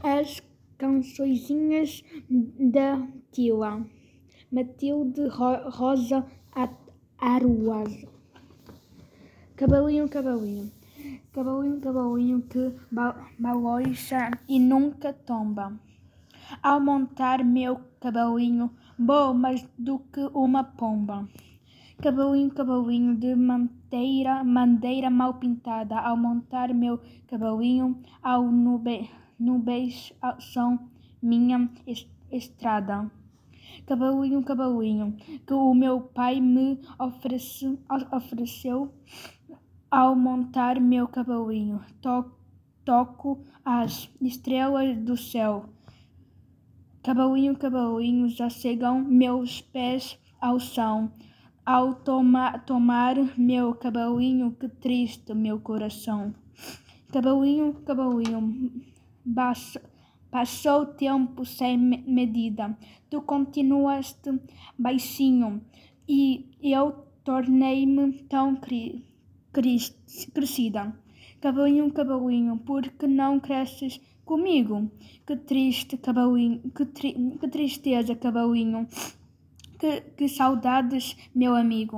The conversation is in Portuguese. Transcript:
As cançõezinhas da Tila, Matilde Rosa Aruaz. Cavalinho, cavalinho, cavalinho, cavalinho que baloiça e nunca tomba. Ao montar meu cavalinho, vou mais do que uma pomba. Cavalinho, cavalinho de madeira mal pintada. Ao montar meu cavalinho, ao nubes são minha estrada. Cavalinho, cavalinho, que o meu pai me ofereceu. Ao montar meu cavalinho, toco as estrelas do céu. Cavalinho, cavalinho, já chegam meus pés ao chão. Ao tomar meu cavalinho, que triste meu coração. Cavalinho, cavalinho, passou o tempo sem medida. Tu continuaste baixinho e eu tornei-me tão crescida. Cavalinho, cavalinho, por que não cresces comigo? Que triste cavalinho, que tristeza, cavalinho, que saudades, meu amigo.